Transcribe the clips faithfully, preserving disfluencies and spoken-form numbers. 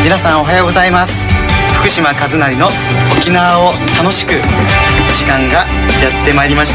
皆さんおはようございます。福島和成の沖縄を楽しく時間がやってまいりました。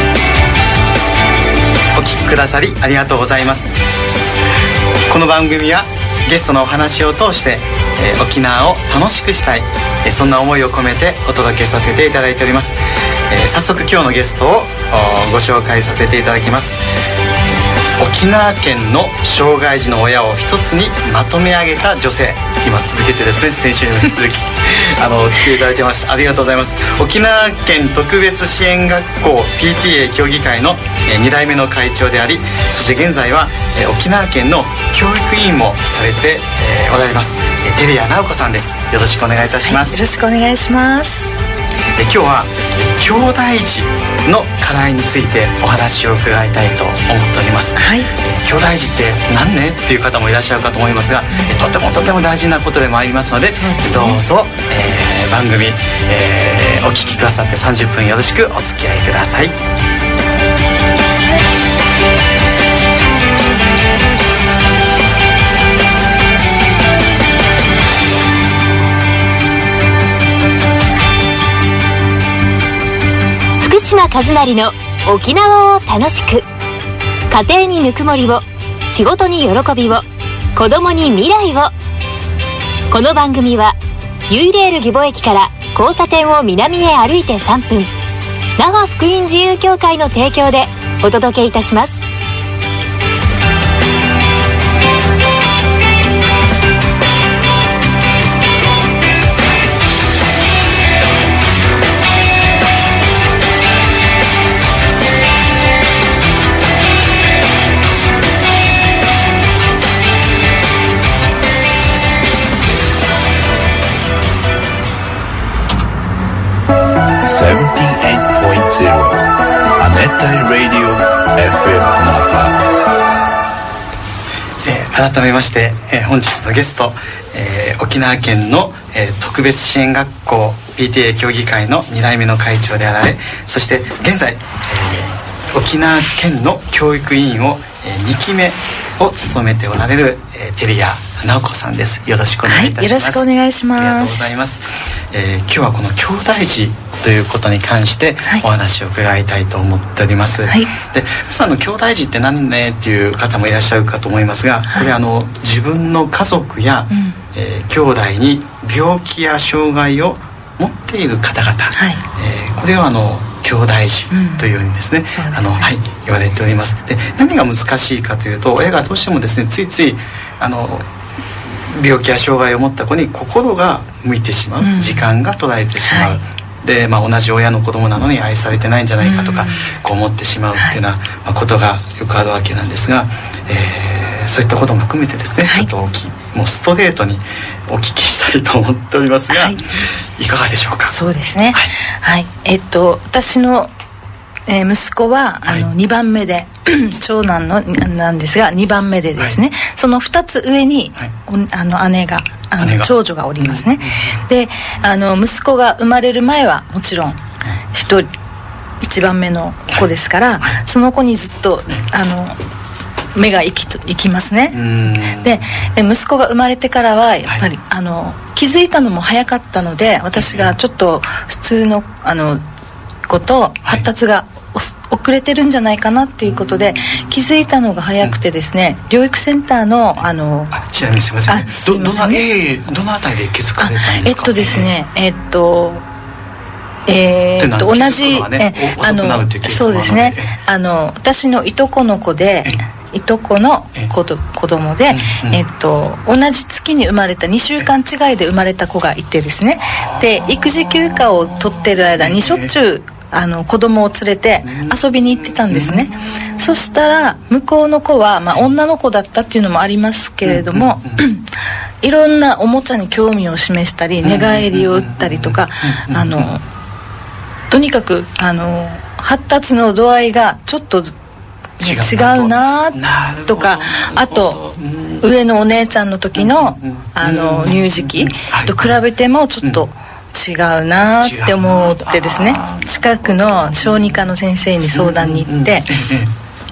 お聞きくださりありがとうございます。この番組はゲストのお話を通して、えー、沖縄を楽しくしたい、えー、そんな思いを込めてお届けさせていただいております。えー、早速今日のゲストをご紹介させていただきます。沖縄県の障害児の親を一つにまとめ上げた女性、今続けてですね、先週に引き続きあの来ていただきました。ありがとうございます。沖縄県特別支援学校 ピーティーエー 協議会のに代目の会長であり、そして現在は沖縄県の教育委員もされておられます照屋直子さんです。よろしくお願いいたします。 はい、よろしくお願いします。 今日は兄弟児の課題についてお話を伺いたいと思っております。はい、兄弟児って何ねっていう方もいらっしゃるかと思いますが、とてもとても大事なことでもありますの で, です、ね、どうぞ、えー、番組、えー、お聞きくださってさんじゅっぷんよろしくお付き合いください。 福島和成の沖縄を楽しく。家庭にぬくもりを、仕事に喜びを、子供に未来を。この番組はユイレール義母駅から交差点を南へ歩いてさんぷん、那覇福音自由教会の提供でお届けいたします。 セブンティーエイトポイントゼロ 亜熱帯ラディオ エフエム 那覇。 えー、改めまして、えー、本日のゲスト、えー、沖縄県の、えー、特別支援学校 ピーティーエー 協議会のに代目の会長であられ、そして現在、えー、沖縄県の教育委員を、えー、にきめを務めておられる、えー、照屋直子さんです。よろしくお願いいたします。はい、 よろしくお願いします。 ありがとうございます。えー、今日はこの兄弟児ということに関してお話を伺いたいと思っております。はい、で、皆さんの兄弟児って何ねっていう方もいらっしゃるかと思いますが、これあの自分の家族や、うん、えー、兄弟に病気や障害を持っている方々、はい、えー、これはあの兄弟児というようにですね、うん、そうですね、あの、はい、言われております。で、何が難しいかというと、親がどうしてもですね、ついついあの病気や障害を持った子に心が向いてしまう、うん、時間が取られてしまう、はい、で、まあ、同じ親の子供なのに愛されてないんじゃないかとか、うん、こう思ってしまうっていうような、はい、まあ、ことがよくあるわけなんですが、えー、そういったことも含めてですね、はい、ちょっとおきもうストレートにお聞きしたいと思っておりますが、はい、いかがでしょうか。 そうですね、はいはい、えっと私の、えー、息子はあの、はい、にばんめで長男のなんですがにばんめでですね、はい、そのふたつ上に、はい、あの姉があの長女がおりますね、うん、であの息子が生まれる前はもちろんひとりいちばんめの子ですから、はい、その子にずっとあの目が行きと行きますね。で息子が生まれてからはやっぱり、はい、あの気づいたのも早かったので、私がちょっと普通のあの子と発達が、はい、遅れてるんじゃないかなっていうことで気づいたのが早くてですね、療育センターのあのあちなみにすみません、ね、ど, ど, のえー、どのあたりで気づかれたんですか。 えっとですねえっとえー、っと同じ、ね、えあのそうですね、あの私のいとこの子でいとこの子ど子供で、うんうん、えっと同じ月に生まれたにしゅうかん違いで生まれた子がいてですね、で育児休暇を取ってる間にしょっちゅうあの子供を連れて遊びに行ってたんですね。そしたら向こうの子は、まあ、女の子だったっていうのもありますけれども、いろんなおもちゃに興味を示したり寝返りを打ったりとか、あのとにかくあの発達の度合いがちょっと違うなとか、あと上のお姉ちゃんの時のあの乳児期と比べてもちょっと違うなって思ってですね、近くの小児科の先生に相談に行って、ち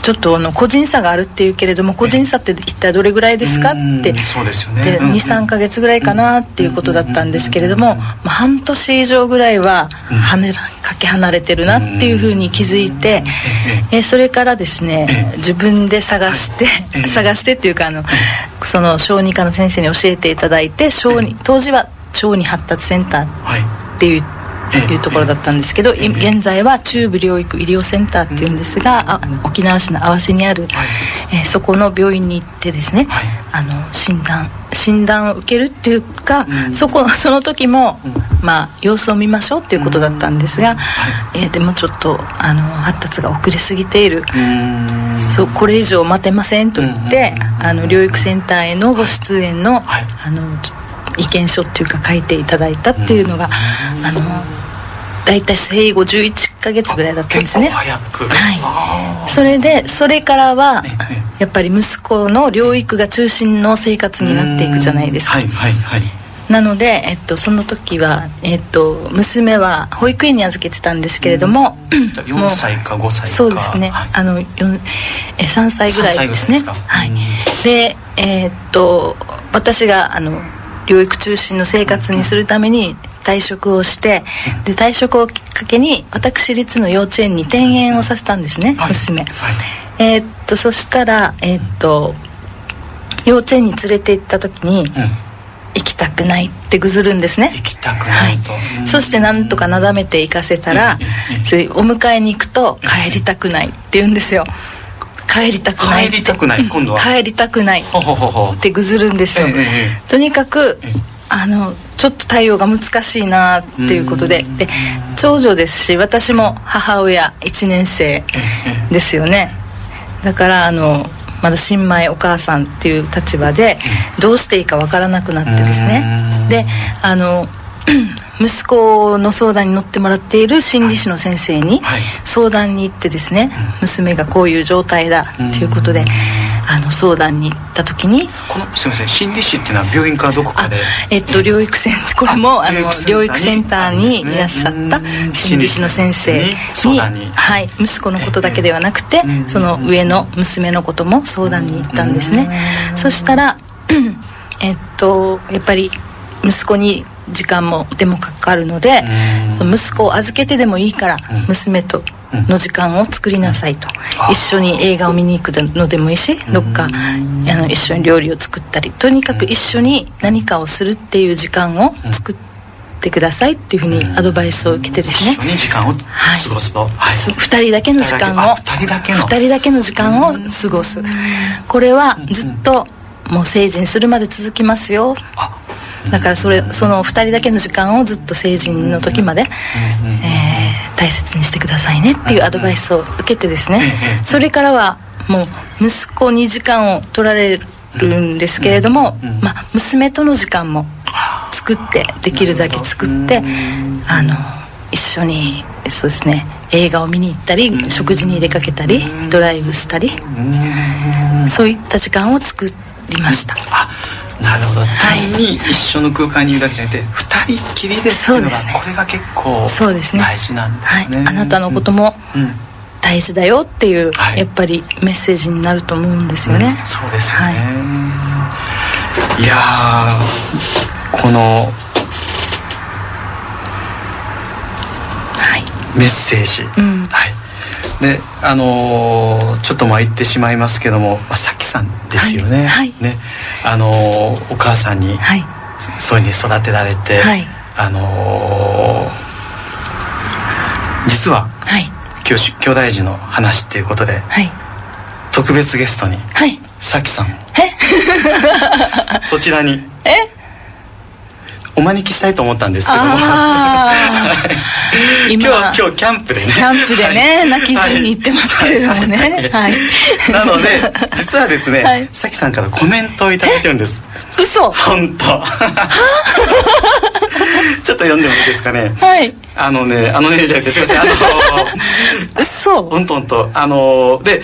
ちょっとあの個人差があるっていうけれども、個人差って一体どれぐらいですかってそうですよね、 にさんかげつぐらいかなっていうことだったんですけれども、まあ、半年以上ぐらいははねかけ離れてるなっていうふうに気づいて、えそれからですね自分で探して探してっていうかあのその小児科の先生に教えていただいて、小児当時は小児発達センターっていういうところだったんですけど、現在は中部療育医療センターっていうんですが、あ沖縄市の合わせにある、えー、そこの病院に行ってですね、あの診断診断を受けるっていうか、そこその時も、まあ、様子を見ましょうっていうことだったんですが、えー、でもちょっとあの発達が遅れすぎている、そうこれ以上待てませんと言ってあの療育センターへのご出演の、あの意見書っていうか書いていただいたっていうのが、あの大体生後じゅういっかげつぐらいだったんですね。 結構早く、 はい、それでそれからはやっぱり息子の療育が中心の生活になっていくじゃないですか。 はいはいはい。 なので、えっと、その時は、えっと、娘は保育園に預けてたんですけれども、 うん、よんさいかごさいか、 そうですね、はい、あのえさんさいぐらいですね。はい、で、えー、っと私があの療育中心の生活にするために退職をして、で退職をきっかけに私立の幼稚園に転園をさせたんですね、はい、娘、はい、えー、っとそしたら、えー、っと幼稚園に連れて行った時に、うん、行きたくないってぐずるんですね。 行きたくないと、はい、 そしてなんとかなだめて行かせたら、お迎えに行くと帰りたくないって言うんですよ。帰りたくない帰りたくない今度は帰りたくないってぐずるんですよ、えええ、とにかくあのちょっと対応が難しいなっていうことで、で長女ですし私も母親いちねん生ですよね。だからあのまだ新米お母さんっていう立場でどうしていいかわからなくなってですね、であの息子の相談に乗ってもらっている心理師の先生に相談に行ってですね、娘がこういう状態だっていうことであの相談に行った時に、 このすみません、心理師っていうのは病院かどこかで、 えっと療育センこれもあの療育センターにいらっしゃった心理師の先生に相談に、はい、息子のことだけではなくてその上の娘のことも相談に行ったんですね。そしたらえっとやっぱり息子に時間もでもかかるので、息子を預けてでもいいから娘との時間を作りなさいと、一緒に映画を見に行くのでもいいし、どっかあの一緒に料理を作ったり、とにかく一緒に何かをするっていう時間を作ってくださいっていうふうにアドバイスを受けてですね、 一緒に時間を過ごすと、はいはい、 ふたりだけの時間をふたりだけのふたりだけの時間を過ごす、これはずっともう成人するまで続きますよ。だからそれそのふたりだけの時間をずっと成人の時まで、えー、大切にしてくださいねっていうアドバイスを受けてですね、それからはもう息子に時間を取られるんですけれども、まあ、娘との時間も作ってできるだけ作ってあの一緒にそうですね映画を見に行ったり食事に出かけたりドライブしたりそういった時間を作りました。 なるほど、単に一緒の空間にいるだけじゃなくてふたりきりでっていうのがこれが結構大事なんですね。 はい、あなたのことも大事だよっていう、はい、やっぱりメッセージになると思うんですよね、 うん、そうですよね、はい、いやーこの、はい、メッセージ、うんはいであのー、ちょっとまあ言ってしまいますけども、まあ、さきさんですよね、はいはい、ねあのー、お母さんに、はい、そういうふうに育てられて、はい、あのー、実は、はい、今日兄弟児の話っていうことで、はい、特別ゲストに、はい、さきさんえそちらにえお招きしたいと思ったんですけども今日今日キャンプでねキャンプでね、はい、泣きじに行ってますけれどもね、はいはい、 なので実はですね、はい、さきさんからコメントをいただいてるんです。 嘘本当ちょっと読んでもいいですかね。 はいあのねあのねじゃなくてすいませんあの嘘本当本当あのでさ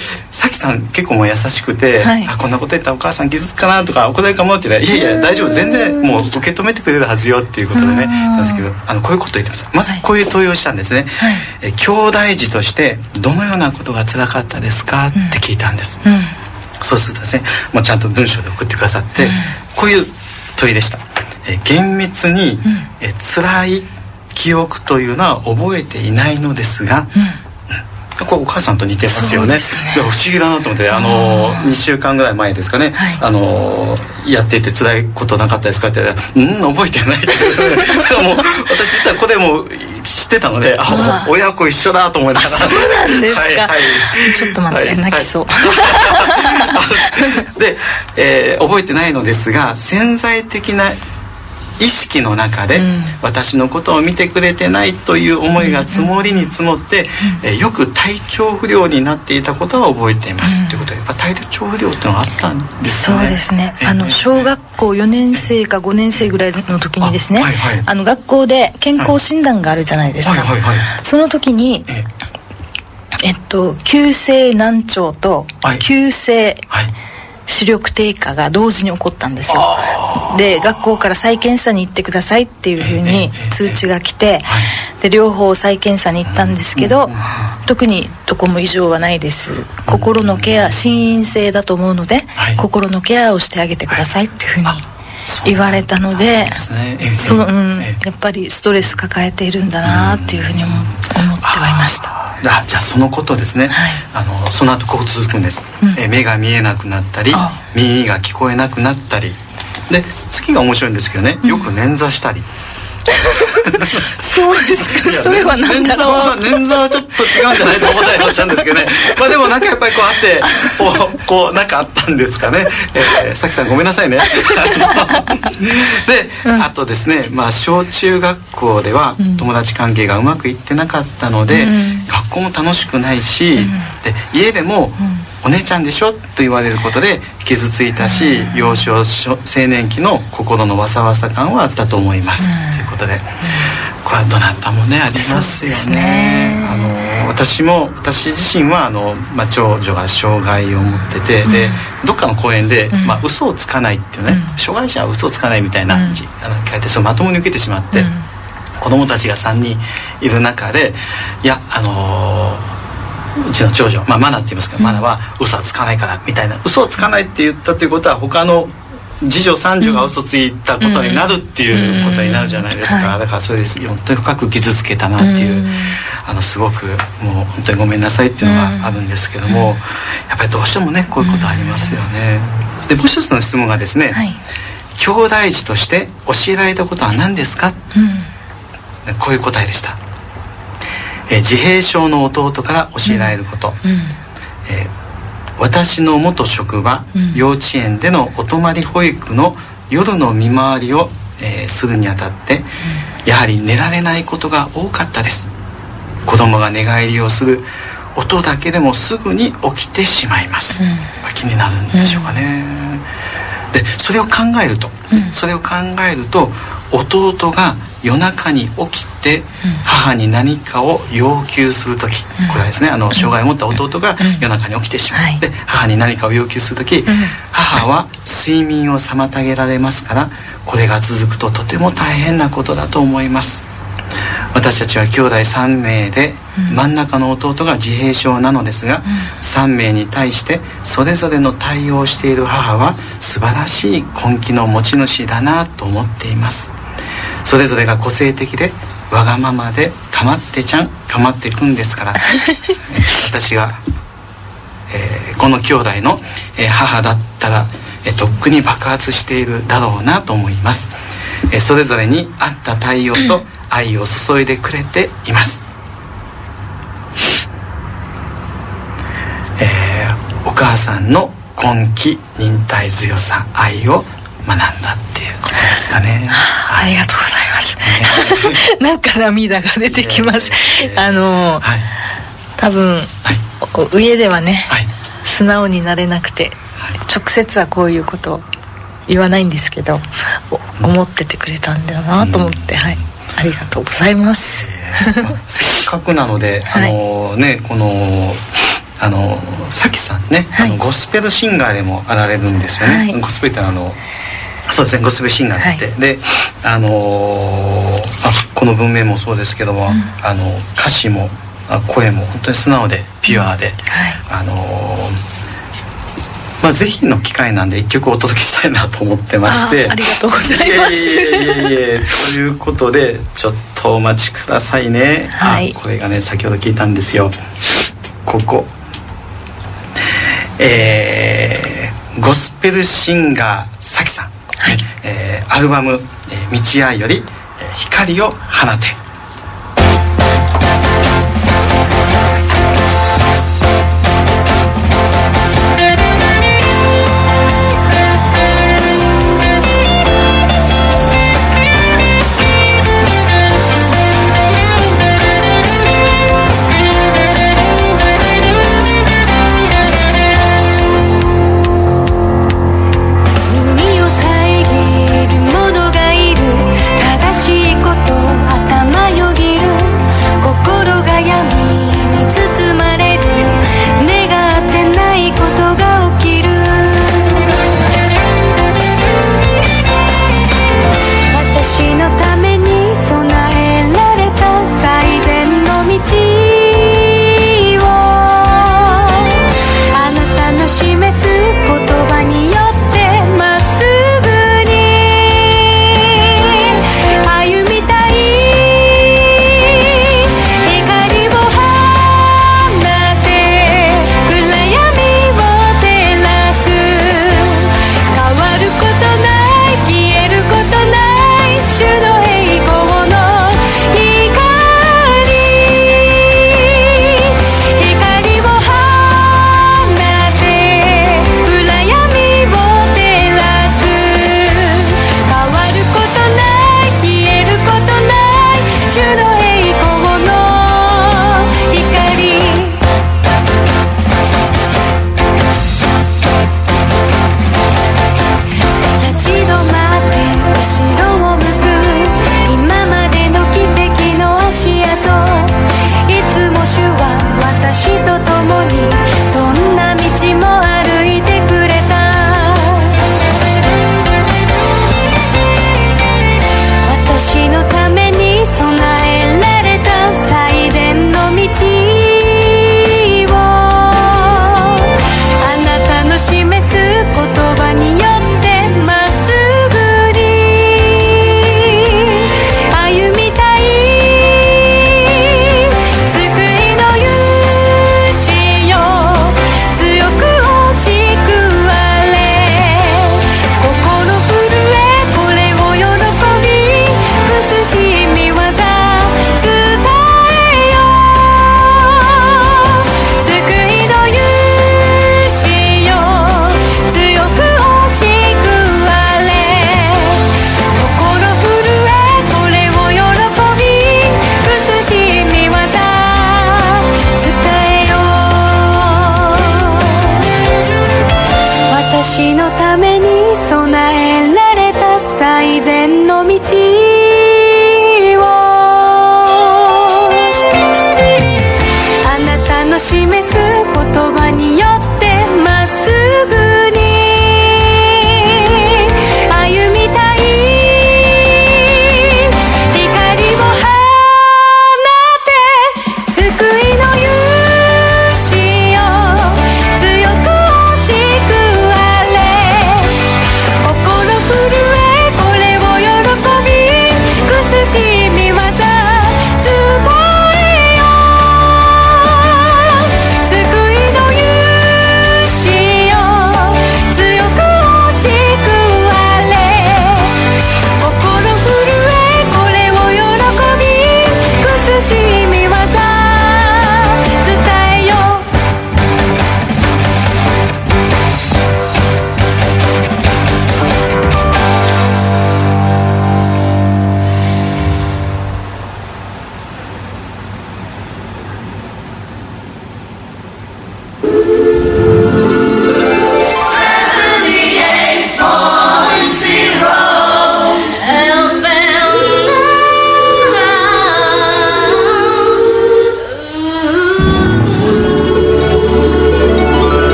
さきさん結構もう優しくて、はい、あこんなこと言ったらお母さん傷つくかなとか怒られるかもって言ったらいやいや大丈夫全然もう受け止めてくれるはずよっていうことでねなんですけどあのこういうこと言ってます。まずこういう問いをしたんですね、はい、え兄弟児としてどのようなことが辛かったですかって聞いたんです、うんうん、そうするとですねもうちゃんと文章で送ってくださって、うん、こういう問いでした。え厳密に、うん、え辛い記憶というのは覚えていないのですが、うんこれお母さんと似てますよ ね, ね不思議だなと思ってあのにしゅうかんぐらい前ですかね、はい、あのやっていて辛いことなかったですかって言ったらうん覚えてないってもう私実はこれも知ってたのであ親子一緒だと思いながらそうなんですか、はいはい、ちょっと待って、はい、泣きそう、 はい、で、えー、覚えてないのですが潜在的な意識の中で、うん、私のことを見てくれてないという思いが積もりに積もって、うんえー、よく体調不良になっていたことは覚えています、うん、ということでやっぱ体調不良っていうのがあったんですね。 そうですね、えー、あの小学校よねん生かごねん生ぐらいの時にですね あ、はいはい、あの学校で健康診断があるじゃないですか、はいはいはいはい、その時に、えーえっと、急性難聴と急性、はいはい視力低下が同時に起こったんですよ。で学校から再検査に行ってくださいっていうふうに通知が来て、で両方再検査に行ったんですけど特にどこも異常はないです。心のケア心因性だと思うので、はい、心のケアをしてあげてくださいっていうふうに言われたので、その、うん、やっぱりストレス抱えているんだなっていうふうに思ってはいました。 あじゃあそのことですね、はい、あのその後こう続くんです、うん、え目が見えなくなったり耳が聞こえなくなったりで次が面白いんですけどね、よく捻挫したりそうですか。それは何だろう。 捻挫は捻挫はちょっと違うんじゃないと思ったりもしたんですけどねまあでもなんかやっぱりこうあってこうこうなんかあったんですかね、えー、さきさんごめんなさいねで、うん、あとですね、まあ、小中学校では友達関係がうまくいってなかったので、うん、学校も楽しくないし、うん、で家でも、うんお姉ちゃんでしょと言われることで傷ついたし、幼少青年期の心のわさわさ感はあったと思いますということで、これはどなたもねありますよ ね, ねあの私も私自身はあの、まあ、長女が障害を持ってて、うん、でどっかの講演で、うんまあ、嘘をつかないっていうね、うん、障害者は嘘をつかないみたいな、うん、あの聞かれてそれまともに受けてしまって、うん、子供たちがさんにんいる中でいやあのーうちの長女、まあ、マナって言いますけど、うん、マナは嘘はつかないからみたいな嘘をつかないって言ったということは他の次女三女が嘘ついたことになるっていうことになるじゃないですか、うんうん、だからそれで本当に深く傷つけたなっていう、うん、あのすごくもう本当にごめんなさいっていうのがあるんですけども、うん、やっぱりどうしてもねこういうことありますよね、うん、でもう一つの質問がですね、はい、兄弟児として教えられたことは何ですか、うん、こういう答えでした。えー、自閉症の弟から教えられること、うんえー、私の元職場、うん、幼稚園でのお泊まり保育の夜の見回りを、えー、するにあたって、うん、やはり寝られないことが多かったです。子供が寝返りをする音だけでもすぐに起きてしまいます、うん、気になるんでしょうかね、うん、でそれを考えると、うん、それを考えると弟が夜中に起きて母に何かを要求するとき、うん、これはですねあの障害を持った弟が夜中に起きてしまって、うん、母に何かを要求するとき、うん、母は睡眠を妨げられますからこれが続くととても大変なことだと思います。私たちは兄弟さんめいで、うん、真ん中の弟が自閉症なのですが、うん、さんめいに対してそれぞれの対応をしている母は素晴らしい根気の持ち主だなと思っています。それぞれが個性的でわがままでかまってちゃんかまってくんですから私が、えー、この兄弟の、えー、母だったら、えー、とっくに爆発しているだろうなと思います、えー、それぞれに合った対応と愛を注いでくれています、えー、お母さんの根気忍耐強さ愛を学んだっていうことですかね、 はい、ありがとうございます、ね、なんか涙が出てきます、えー、あの、はい、多分、はい、上ではね、はい、素直になれなくて、はい、直接はこういうことを言わないんですけど、うん、思っててくれたんだなと思って、うん、はい、ありがとうございます、 えーまあ、せっかくなので、はい、あのねこのあのさきさんね、はい、あのゴスペルシンガーでもあられるんですよね、はい、ゴスペルってあのそうですねゴスペルシンガーって、はい、であのー、あこの文面もそうですけども、うん、あの歌詞も声も本当に素直でピュアで、うん、はい、あのーまあ、ぜひの機会なんで一曲お届けしたいなと思ってまして、 あ, ありがとうございます。 いえいえいえいえということでちょっとお待ちくださいね、はい、あこれがね先ほど聞いたんですよ。ここえー、ゴスペルシンガーさきさん、はい、えー、アルバム「道合いより光を放て」。 頭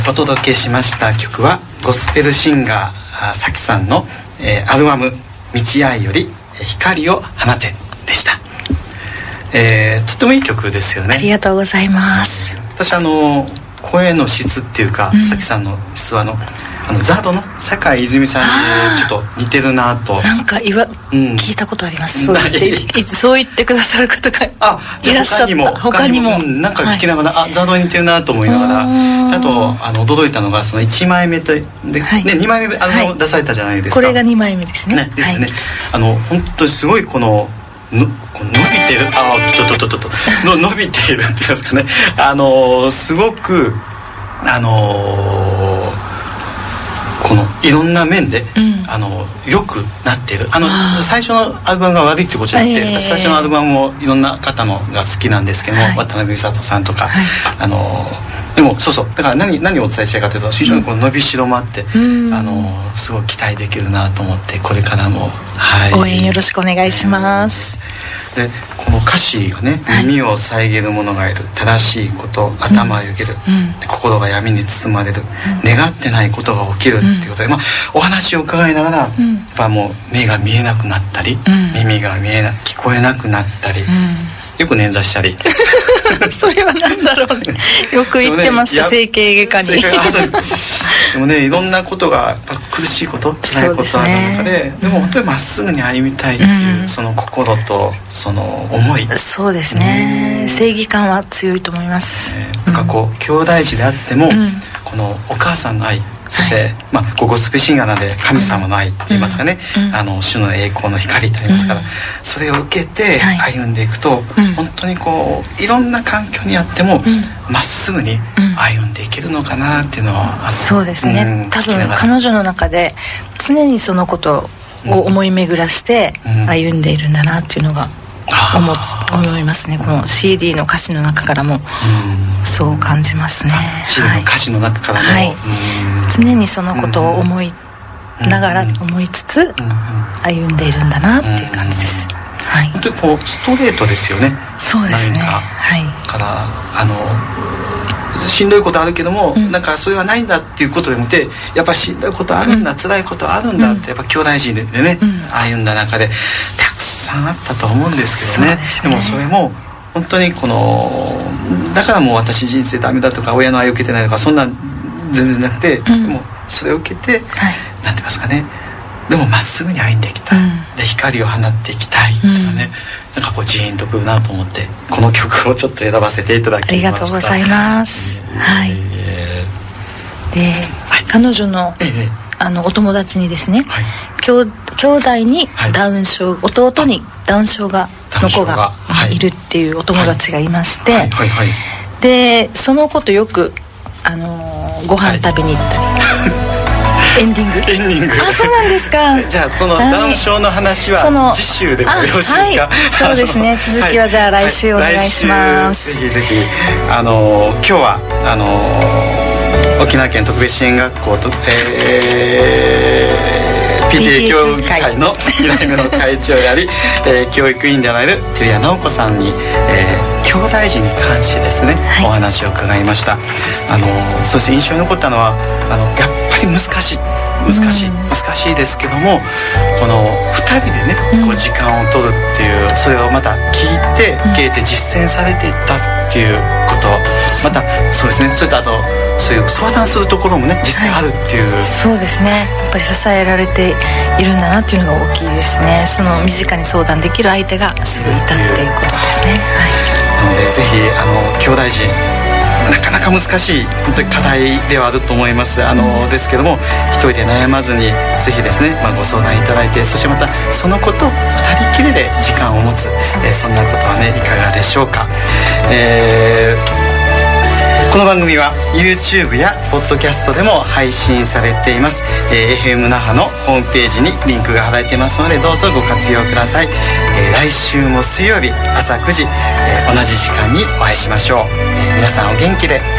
ー、お届けしました曲はゴスペルシンガーさきさんの、えー、アルバム「道合いより光を放て」でした。えー、とてもいい曲ですよね。 ありがとうございます。 私あの声の質っていうか、さきさんの質はあのあのザードの坂井泉さんにちょっと似てるなとなんか言わ、うん、聞いたことあります。そう言ってそう言ってくださる方がいらっしゃった。他にも他にも、うん、 なんか聞きながら、はい、あザードに似てるなと思いながら、あとあの驚いたのがそのいちまいめとで、はい、ね、にまいめあの、はい、出されたじゃないですか。 これがにまいめですね。ねですよね、はい、あの本当にすごいこののこの伸びてるああちょっとちょっとちょっとの伸びているっていうんですかね、あのすごくあのこのいろんな面で、うん、あの良くなっている。あの最初のアルバムが悪いってことじゃなくて、えー、私最初のアルバムもいろんな方のが好きなんですけども、はい、渡辺美里さんとか、はい、あのでもそうそうだから何何をお伝えしたいかというと非常にこの伸びしろもあって、うん、あのすごい期待できるなと思ってこれからも、はい、 応援よろしくお願いします。 でこの歌詞がね、はい、耳を遮る者がいる、正しいこと頭をよげる、うん、心が闇に包まれる、うん、願ってないことが起きるっていうことで、うん、まあ、お話を伺いながら、うん、やっぱもう目が見えなくなったり、うん、耳が見えな聞こえなくなったり、うん、よく捻挫したりそれは何だろうねよく言ってました、ね、整形外科にでもねいろんなことがやっぱ苦しいこと辛いことある中で、で, ね、でも本当にまっすぐに歩みたいっていう、うん、その心とその思い、 そうですね、うん、正義感は強いと思います、 ね、なんかこう、うん、兄弟児であっても、うん、このお母さんの愛、そして、はい、まあ、ゴスペシンガーなんで神様の愛って言いますかね、うん、あの主の栄光の光ってありますから、うん、それを受けて歩んでいくと、はい、本当にこういろんな環境にあってもま、うん、っすぐに歩んでいけるのかなっていうのは、 そうですね、うん、多分彼女の中で常にそのことを思い巡らして歩んでいるんだなっていうのが思, 思いますね。この シーディー の歌詞の中からもそう感じますね。 シーディー の歌詞の中からも、はい、 常にそのことを思いながら思いつつ歩んでいるんだなっていう感じです、はい、 本当にこうストレートですよね。 そうですね、 はい、からあのしんどいことあるけども、うん、なんかそれはないんだっていうことで見て、やっぱしんどいことあるんだ、うん、辛いことあるんだって、やっぱ兄弟人でね、うん、歩んだ中でたくさんあったと思うんですけど ね, で, ねでもそれも本当にこのだからもう私人生ダメだとか親の愛を受けてないとかそんな全然なくて、うん、でもそれを受けて、はい、なんて言いますかね、でもまっすぐに歩んでいきたい、うん、で光を放っていきたいっていうのはね、うん、なんかこうジーンとくるなと思ってこの曲をちょっと選ばせていただきました。 ありがとうございます、えー、はい、えー、で、はい、彼女の、えー、あのお友達にですね、はい、兄, 兄弟にダウン症、はい、弟にダウン症がの子がいるっていうお友達がいまして、はいはいはいはい、でその子とよく、あのー、ご飯食べに行ったり、はい、エンディングエンディングあ、そうなんですか。 じゃあそのダウン症の話は次週でもよろしいですか。はい、 そうですね続きはじゃあ来週お願いします、 はい、ぜひぜひ、あのー、今日はあのー、沖縄県特別支援学校と、えーピーティーエー 協議会のに代目の会長であり、えー、教育委員である照屋直子さんに、えー、兄弟児に関してですね、はい、お話を伺いました。あのそして印象に残ったのはあのやっぱり難しい難しい、うん、難しいですけども、このふたりでね、うん、こう時間を取るっていうそれをまた聞いて受け入れて実践されていったっていうこと、うん、またそうですね、それとあとそういう相談するところもね実際あるっていう、はい、 そうですね、やっぱり支えられているんだなっていうのが大きいですね。その身近に相談できる相手がすぐいたっていうことですね、はい、 なのでぜひあの兄弟児なかなか難しい本当に課題ではあると思います。あの、うん、ですけども一人で悩まずにぜひですね、まあ、ご相談いただいて、そしてまたそのことふたりきりで時間を持つ、えー、そんなことはねいかがでしょうか。えーこの番組は YouTube やポッドキャストでも配信されています、えー、エフエム 那覇のホームページにリンクが貼られていますのでどうぞご活用ください、えー、来週も水曜日朝くじ、えー、同じ時間にお会いしましょう、えー、皆さんお元気で。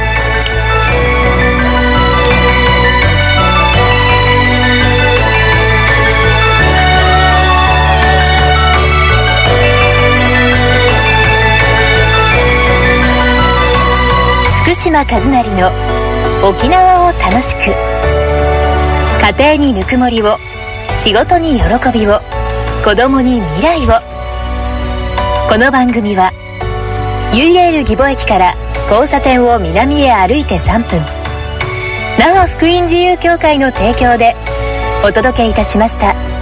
福島和成の沖縄を楽しく、家庭にぬくもりを、仕事に喜びを、子供に未来を。この番組はユイレール義母駅から交差点を南へ歩いてさんぷん、那覇福音自由教会の提供でお届けいたしました。